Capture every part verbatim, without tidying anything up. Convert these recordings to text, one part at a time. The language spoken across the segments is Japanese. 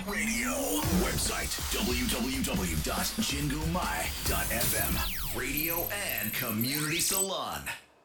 Radio websiteダブリューダブリューダブリュードットジングマイドットエフエム Radio and Community Salon。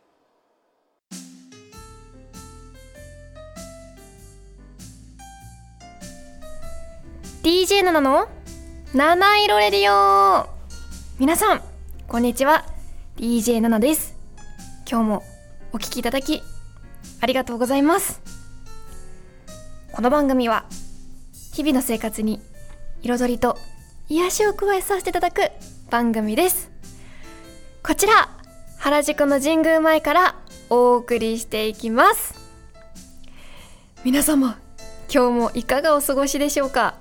ディージェー ナナの七色レディオ。皆さんこんにちは、 ディージェー ナナです。今日もお聞きいただきありがとうございます。この番組は日々の生活に彩りと癒しを加えさせていただく番組です。こちら原宿の神宮前からお送りしていきます。皆様今日もいかがお過ごしでしょうか。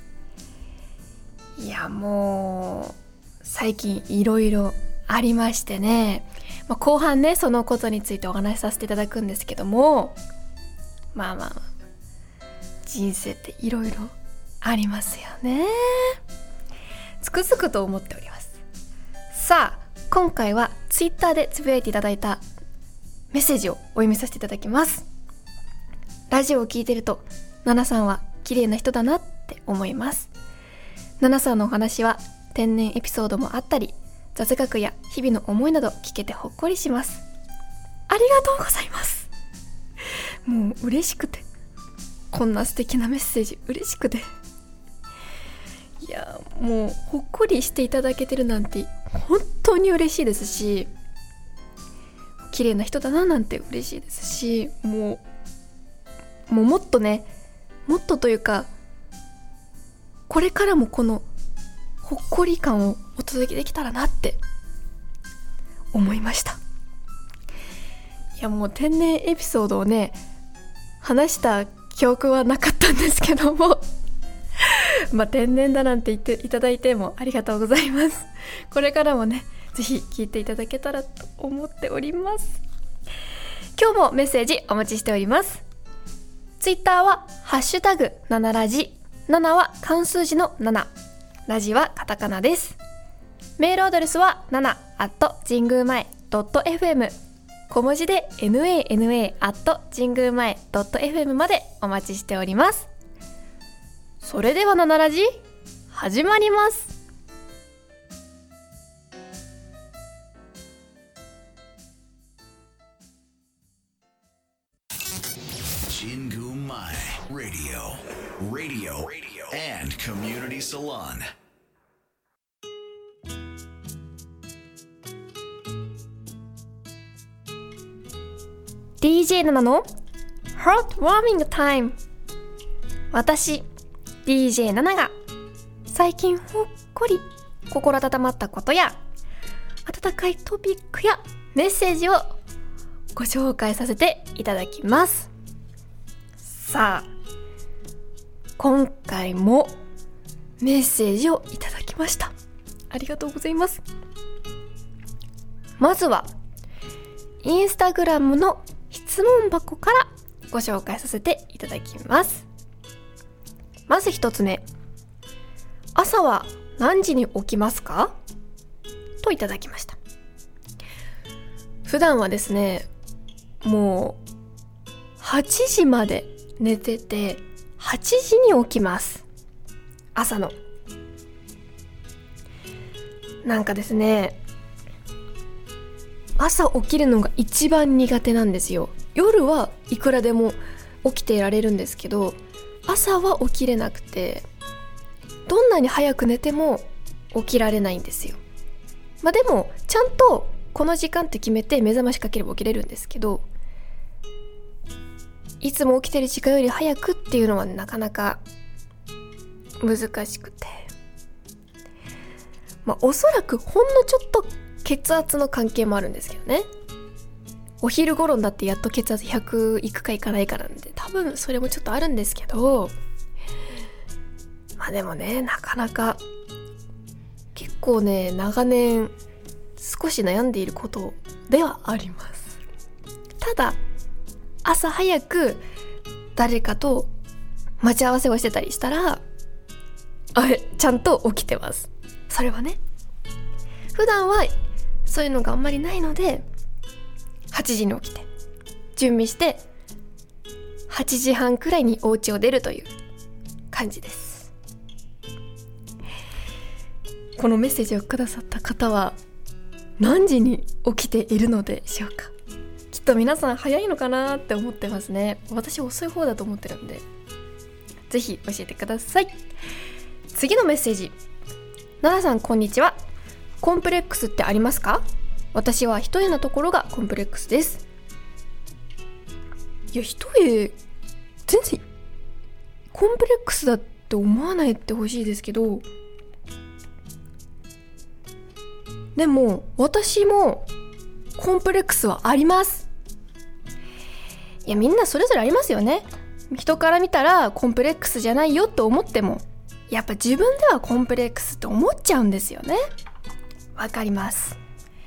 いやもう最近いろいろありましてね、まあ、後半ねそのことについてお話しさせていただくんですけども、まあまあ人生っていろいろありますよね。つくづくと思っております。さあ今回はツイッターでつぶやいていただいたメッセージをお読みさせていただきます。ラジオを聞いてるとナナさんは綺麗な人だなって思います。ナナさんのお話は天然エピソードもあったり、雑学や日々の思いなど聞けてほっこりします。ありがとうございます。もう嬉しくて、こんな素敵なメッセージ嬉しくて、いやもうほっこりしていただけてるなんて本当に嬉しいですし、綺麗な人だななんて嬉しいですし、もうもうもっとねもっとというかこれからもこのほっこり感をお届けできたらなって思いました。いやもう天然エピソードをね話した記憶はなかったんですけどもまあ天然だなんて言っていただいてもありがとうございます。これからもねぜひ聞いていただけたらと思っております。今日もメッセージお待ちしております。ツイッターはハッシュタグナナラジ、ナナは漢数字のなな、ラジはカタカナです。メールアドレスはナナアット神宮前ドットエフエム、小文字で ナナ アット神宮前ドットエフエム までお待ちしております。それではナナラジ始まります。 神宮前 Radio Radio and Community Salon。 ディージェー ナナの Heartwarming Time。 私 ディージェー ナナが最近ほっこり心温まったことや温かいトピックやメッセージをご紹介させていただきます。さあ今回もメッセージをいただきました。ありがとうございます。まずはインスタグラムの質問箱からご紹介させていただきます。まず一つ目、朝は何時に起きますかといただきました。普段はですねもうはちじまで寝ててはちじに起きます。朝のなんかですね朝起きるのが一番苦手なんですよ。夜はいくらでも起きていられるんですけど朝は起きれなくて、どんなに早く寝ても起きられないんですよ。まあでもちゃんとこの時間って決めて目覚ましかければ起きれるんですけど、いつも起きてる時間より早くっていうのはなかなか難しくて、まあおそらくほんのちょっと血圧の関係もあるんですけどね。お昼頃になってやっと血圧ひゃくいくかいかないかなんで多分それもちょっとあるんですけど、まあでもねなかなか結構ね長年少し悩んでいることではあります。ただ朝早く誰かと待ち合わせをしてたりしたらあれちゃんと起きてます。それはね普段はそういうのがあんまりないのではちじに起きて準備してはちじはんくらいにお家を出るという感じです。 このメッセージをくださった方は何時に起きているのでしょうか。きっと皆さん早いのかなって思ってますね。私遅い方だと思ってるんで、ぜひ教えてください。次のメッセージ。ななさんこんにちは。コンプレックスってありますか？私は一重なところがコンプレックスです。いや、一重全然コンプレックスだって思わないでほしいですけど、でも私もコンプレックスはあります。いや、みんなそれぞれありますよね。人から見たらコンプレックスじゃないよと思っても、やっぱ自分ではコンプレックスって思っちゃうんですよね。わかります。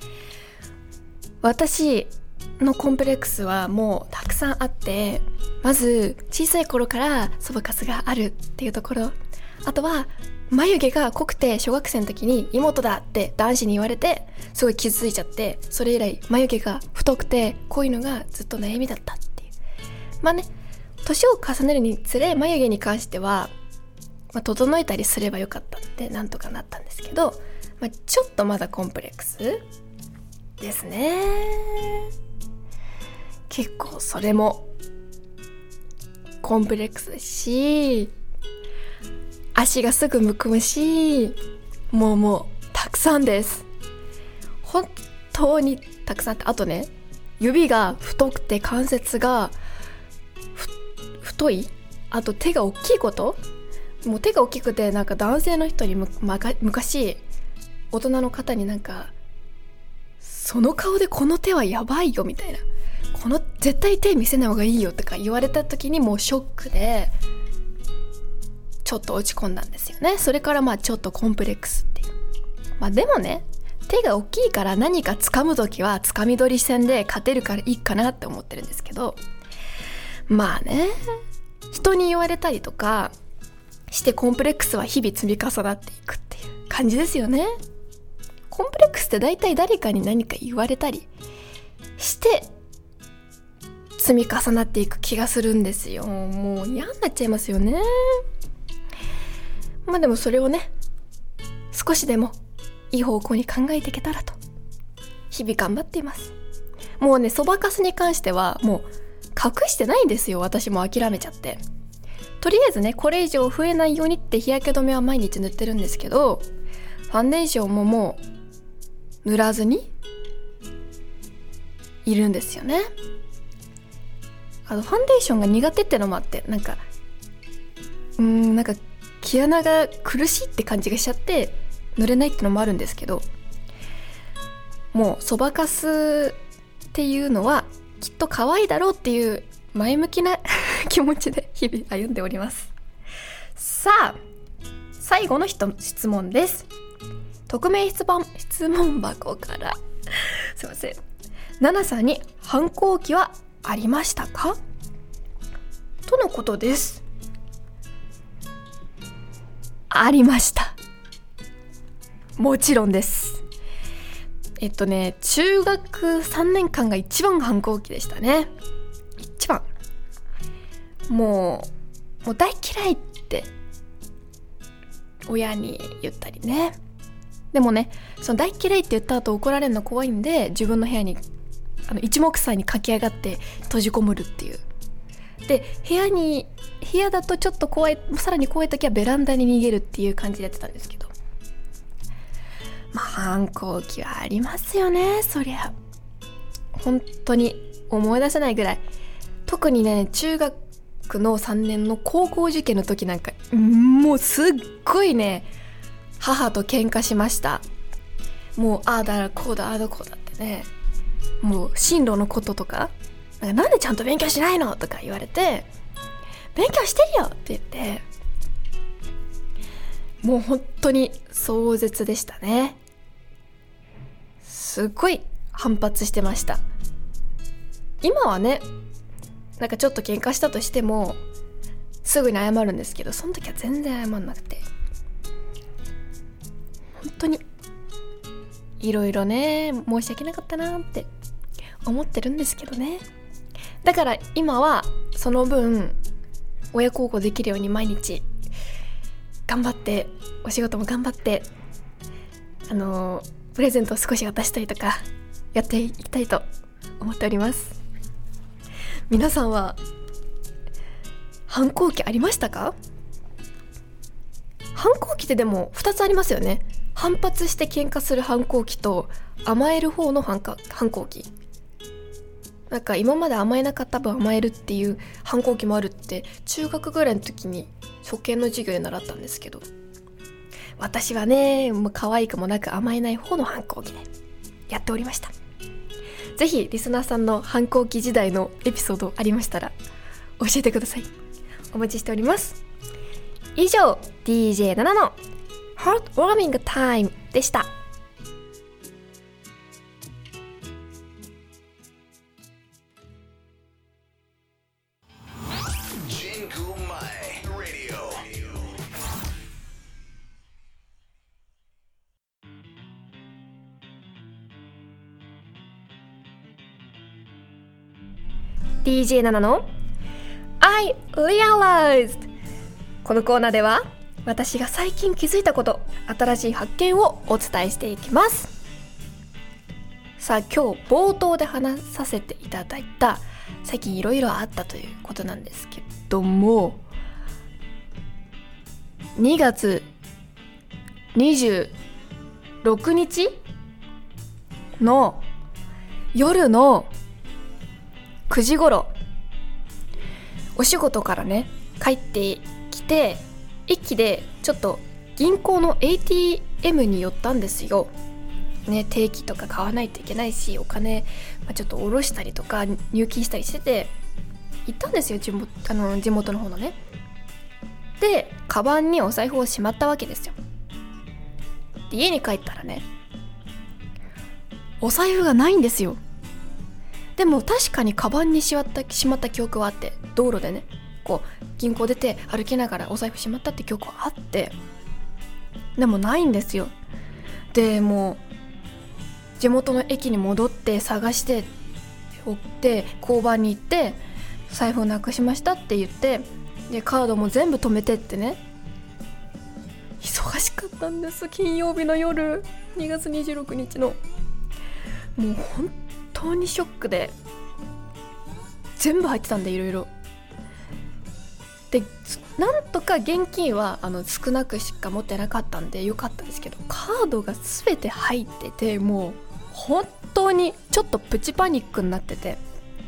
私のコンプレックスはもうたくさんあって、まず小さい頃からそばかすがあるっていうところ、あとは眉毛が濃くて小学生の時に妹だって男子に言われてすごい傷ついちゃって、それ以来眉毛が太くて濃いのがずっと悩みだったっていう。まあね、年を重ねるにつれ眉毛に関しては、まあ、整えたりすればよかったってなんとかなったんですけど、まあ、ちょっとまだコンプレックスですね。結構それもコンプレックスですし、足がすぐむくむし、もうもうたくさんです。本当にたくさんあって、あとね、指が太くて関節が太い、あと手が大きいこと、もう手が大きくて、なんか男性の人にむ、ま、昔大人の方になんか、その顔でこの手はやばいよみたいな、この絶対手見せない方がいいよとか言われた時にもうショックでちょっと落ち込んだんですよね。それからまあちょっとコンプレックスっていう。まあでもね、手が大きいから何か掴む時は掴み取り戦で勝てるからいいかなって思ってるんですけど、まあね、人に言われたりとかしてコンプレックスは日々積み重なっていくっていう感じですよね。コンプレックスって大体誰かに何か言われたりして積み重なっていく気がするんですよ。もう嫌になっちゃいますよね。まあでもそれをね、少しでもいい方向に考えていけたらと日々頑張っています。もうね、そばかすに関してはもう隠してないんですよ。私も諦めちゃって、とりあえずね、これ以上増えないようにって日焼け止めは毎日塗ってるんですけど、ファンデーションももう塗らずにいるんですよね。あのファンデーションが苦手ってのもあって、なんかうーんなんか毛穴が苦しいって感じがしちゃって塗れないってのもあるんですけど、もうそばかすっていうのはきっと可愛いだろうっていう前向きな気持ちで日々歩んでおります。さあ、最後の質問です。匿名質問質問箱からすいません。ナナさんに反抗期はありましたか？とのことです。ありました。もちろんです。えっとね、中学さんねんかんが一番反抗期でしたね。一番。もう、もう大嫌いって親に言ったりね。でもね、その大嫌いって言った後怒られるの怖いんで、自分の部屋にあの一目散に駆け上がって閉じこもるっていう。で、部屋に部屋だとちょっと怖い、さらに怖い時はベランダに逃げるっていう感じでやってたんですけど、まあ反抗期はありますよね。そりゃ本当に思い出せないぐらい。特にね、中学のさんねんの高校受験の時なんか、もうすっごいね、母と喧嘩しました。もうああだこうだああだこうだってね、もう進路のこととか、なんかなんでちゃんと勉強しないのとか言われて、勉強してるよって言って、もう本当に壮絶でしたね。すっごい反発してました。今はね、なんかちょっと喧嘩したとしてもすぐに謝るんですけど、その時は全然謝んなくて、本当にいろいろね、申し訳なかったなって思ってるんですけどね。だから今はその分親孝行できるように毎日頑張って、お仕事も頑張ってあのプレゼントを少し渡したりとかやっていきたいと思っております。皆さんは反抗期ありましたか？反抗期ってでもふたつありますよね。反発して喧嘩する反抗期と甘える方の反抗期。なんか今まで甘えなかった分甘えるっていう反抗期もあるって中学ぐらいの時に初見の授業で習ったんですけど、私はね、もう可愛くもなく甘えない方の反抗期でやっておりました。ぜひリスナーさんの反抗期時代のエピソードありましたら教えてください。お待ちしております。以上 ディージェー ナナの Heartwarming Time でした。ディージェー ナナの I Realized。 このコーナーでは私が最近気づいたこと、新しい発見をお伝えしていきます。さあ今日冒頭で話させていただいた最近いろいろあったということなんですけども、にがつにじゅうろくにちの夜のくじ頃、お仕事からね帰ってきて駅でちょっと銀行の エーティーエム に寄ったんですよ、ね、定期とか買わないといけないし、お金、まあ、ちょっと下ろしたりとか入金したりしてて行ったんですよ、地元、あの地元の方のね。でカバンにお財布をしまったわけですよ。で家に帰ったらね、お財布がないんですよ。でも確かにカバンにしまった、しまった記憶はあって、道路でねこう銀行出て歩きながらお財布しまったって記憶はあって、でもないんですよ。でもう地元の駅に戻って探して追って交番に行って財布をなくしましたって言って、でカードも全部止めてってね、忙しかったんです。金曜日の夜、にがつにじゅうろくにちのもう本当にショックで、全部入ってたんでいろいろで、なんとか現金はあの少なくしか持ってなかったんでよかったんですけど、カードが全て入ってて、もう本当にちょっとプチパニックになってて、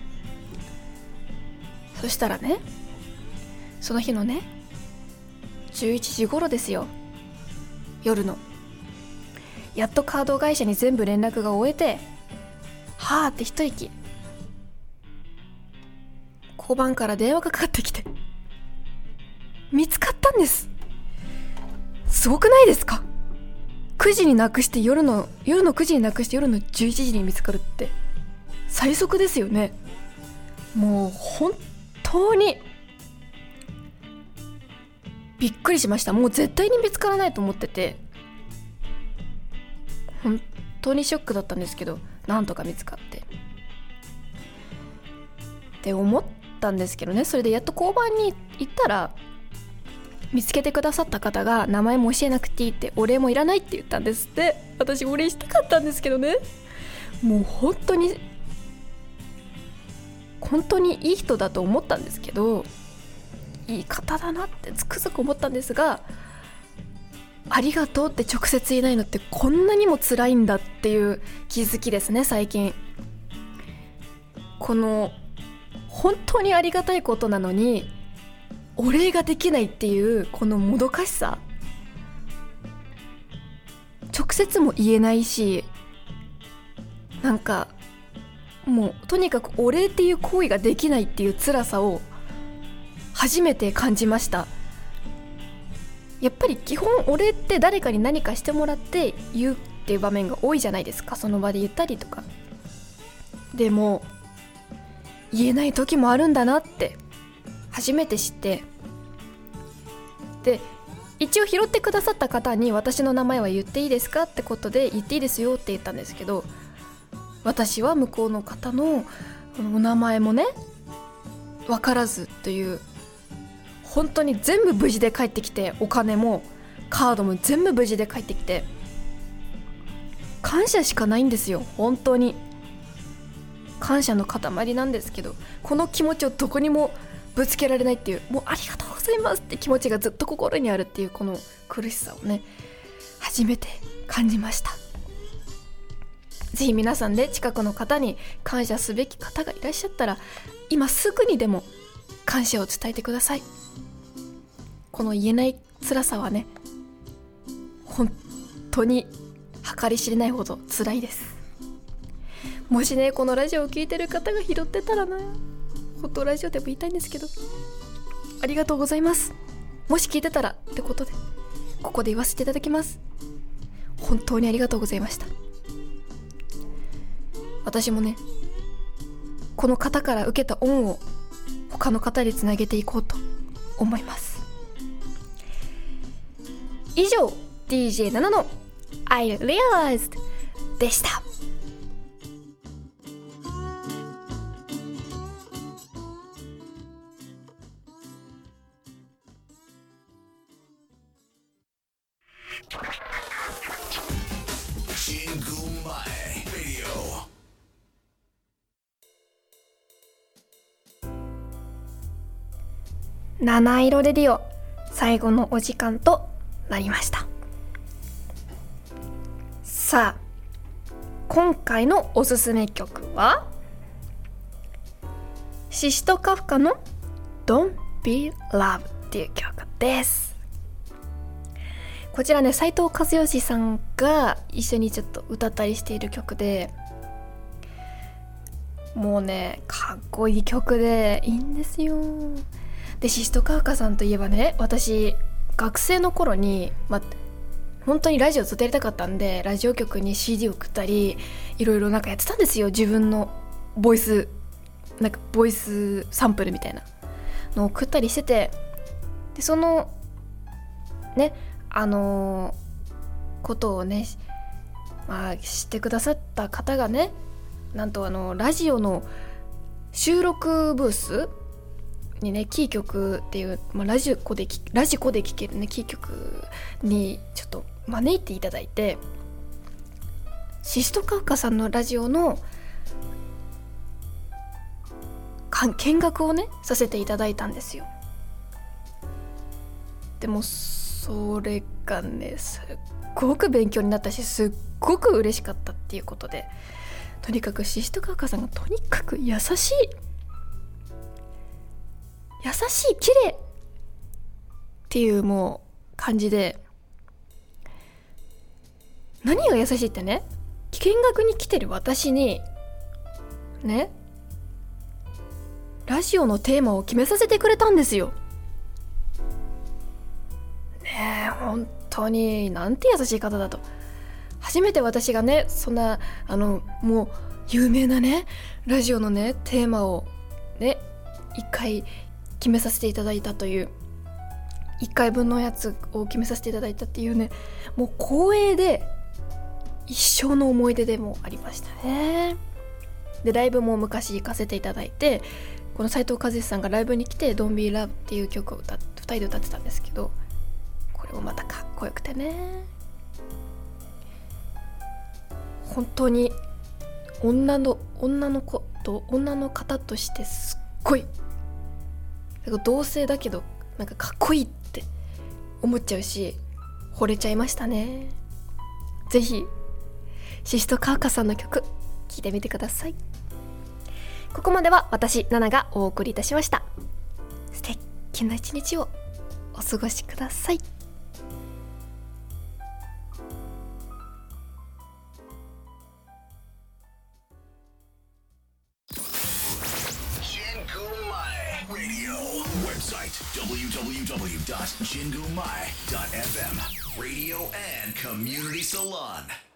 そしたらね、その日のねじゅういちじ頃ですよ、夜の。やっとカード会社に全部連絡が終えて、はーって一息。交番から電話がかかってきて、見つかったんです。すごくないですか？くじになくして夜の夜のくじになくして夜のじゅういちじに見つかるって最速ですよね。もう本当にびっくりしました。もう絶対に見つからないと思ってて、本当にショックだったんですけど、なんとか見つかってって思ったんですけどね。それでやっと交番に行ったら、見つけてくださった方が名前も教えなくていいって、お礼もいらないって言ったんですって。私お礼したかったんですけどね、もう本当に本当にいい人だと思ったんですけど、いい方だなってつくづく思ったんですが、ありがとうって直接言えないのってこんなにも辛いんだっていう気づきですね、最近。この本当にありがたいことなのにお礼ができないっていうこのもどかしさ、直接も言えないし、なんかもうとにかくお礼っていう行為ができないっていう辛さを初めて感じました。やっぱり基本お礼って誰かに何かしてもらって言うっていう場面が多いじゃないですか、その場で言ったりとか。でも言えない時もあるんだなって初めて知って、で一応拾ってくださった方に私の名前は言っていいですかってことで、言っていいですよって言ったんですけど、私は向こうの方のお名前もね分からずという、本当に全部無事で帰ってきて、お金もカードも全部無事で帰ってきて、 感謝しかないんですよ。本当に感謝の塊なんですけど、この気持ちをどこにもぶつけられないっていう、もうありがとうございますって気持ちがずっと心にあるっていう、この苦しさをね初めて感じました。ぜひ皆さんで近くの方に感謝すべき方がいらっしゃったら、今すぐにでも感謝を伝えてください。この言えない辛さはね、本当に計り知れないほど辛いです。もしねこのラジオを聞いてる方が拾ってたらな、本当ラジオでも言いたいんですけど、ありがとうございます。もし聞いてたらってことでここで言わせていただきます。本当にありがとうございました。私もねこの方から受けた恩を他の方につなげていこうと思います。以上 ディージェー ナナの I Realized でした。七色レディオ最後のお時間となりました。さあ今回のおすすめ曲はシシトカフカの Don't Be Love っていう曲です。こちらね斉藤和義さんが一緒にちょっと歌ったりしている曲で、もうねかっこいい曲でいいんですよ。でシシトカフカさんといえばね、私学生の頃に、まあ、本当にラジオずっとやりたかったんでラジオ局に シーディー 送ったりいろいろなんかやってたんですよ。自分のボイスなんかボイスサンプルみたいなのを送ったりしてて、でそのねあのー、ことをね、まあ、知ってくださった方がね、なんとあのラジオの収録ブースにねキー局っていう、まあ、ラジコでラジコで聴けるねキー局にちょっと招いていただいて、シシトカフカさんのラジオの見学をねさせていただいたんですよ。でもそれがねすっごく勉強になったし、すっごく嬉しかったっていうことで、とにかくシシトカフカさんがとにかく優しい優しい綺麗っていうもう感じで、何が優しいってね、見学に来てる私にねラジオのテーマを決めさせてくれたんですよ。ねえ本当になんて優しい方だと。初めて私がねそんなあのもう有名なねラジオのねテーマをね一回決めさせていただいたという、いっかいぶんのやつを決めさせていただいたっていうね、もう光栄で一生の思い出でもありましたね。でライブも昔行かせていただいて、この斉藤和義さんがライブに来て Don't Be Love っていう曲を歌っふたりで歌ってたんですけど、これもまたかっこよくてね、本当に女の女の子と女の方としてすっごい同性だけどなんかかっこいいって思っちゃうし、惚れちゃいましたね。ぜひシシトカフカさんの曲聴いてみてください。ここまでは私ナナがお送りいたしました。素敵な一日をお過ごしください。 ダブリューダブリューダブリュードットジングマイドットエフエム Radio and Community Salon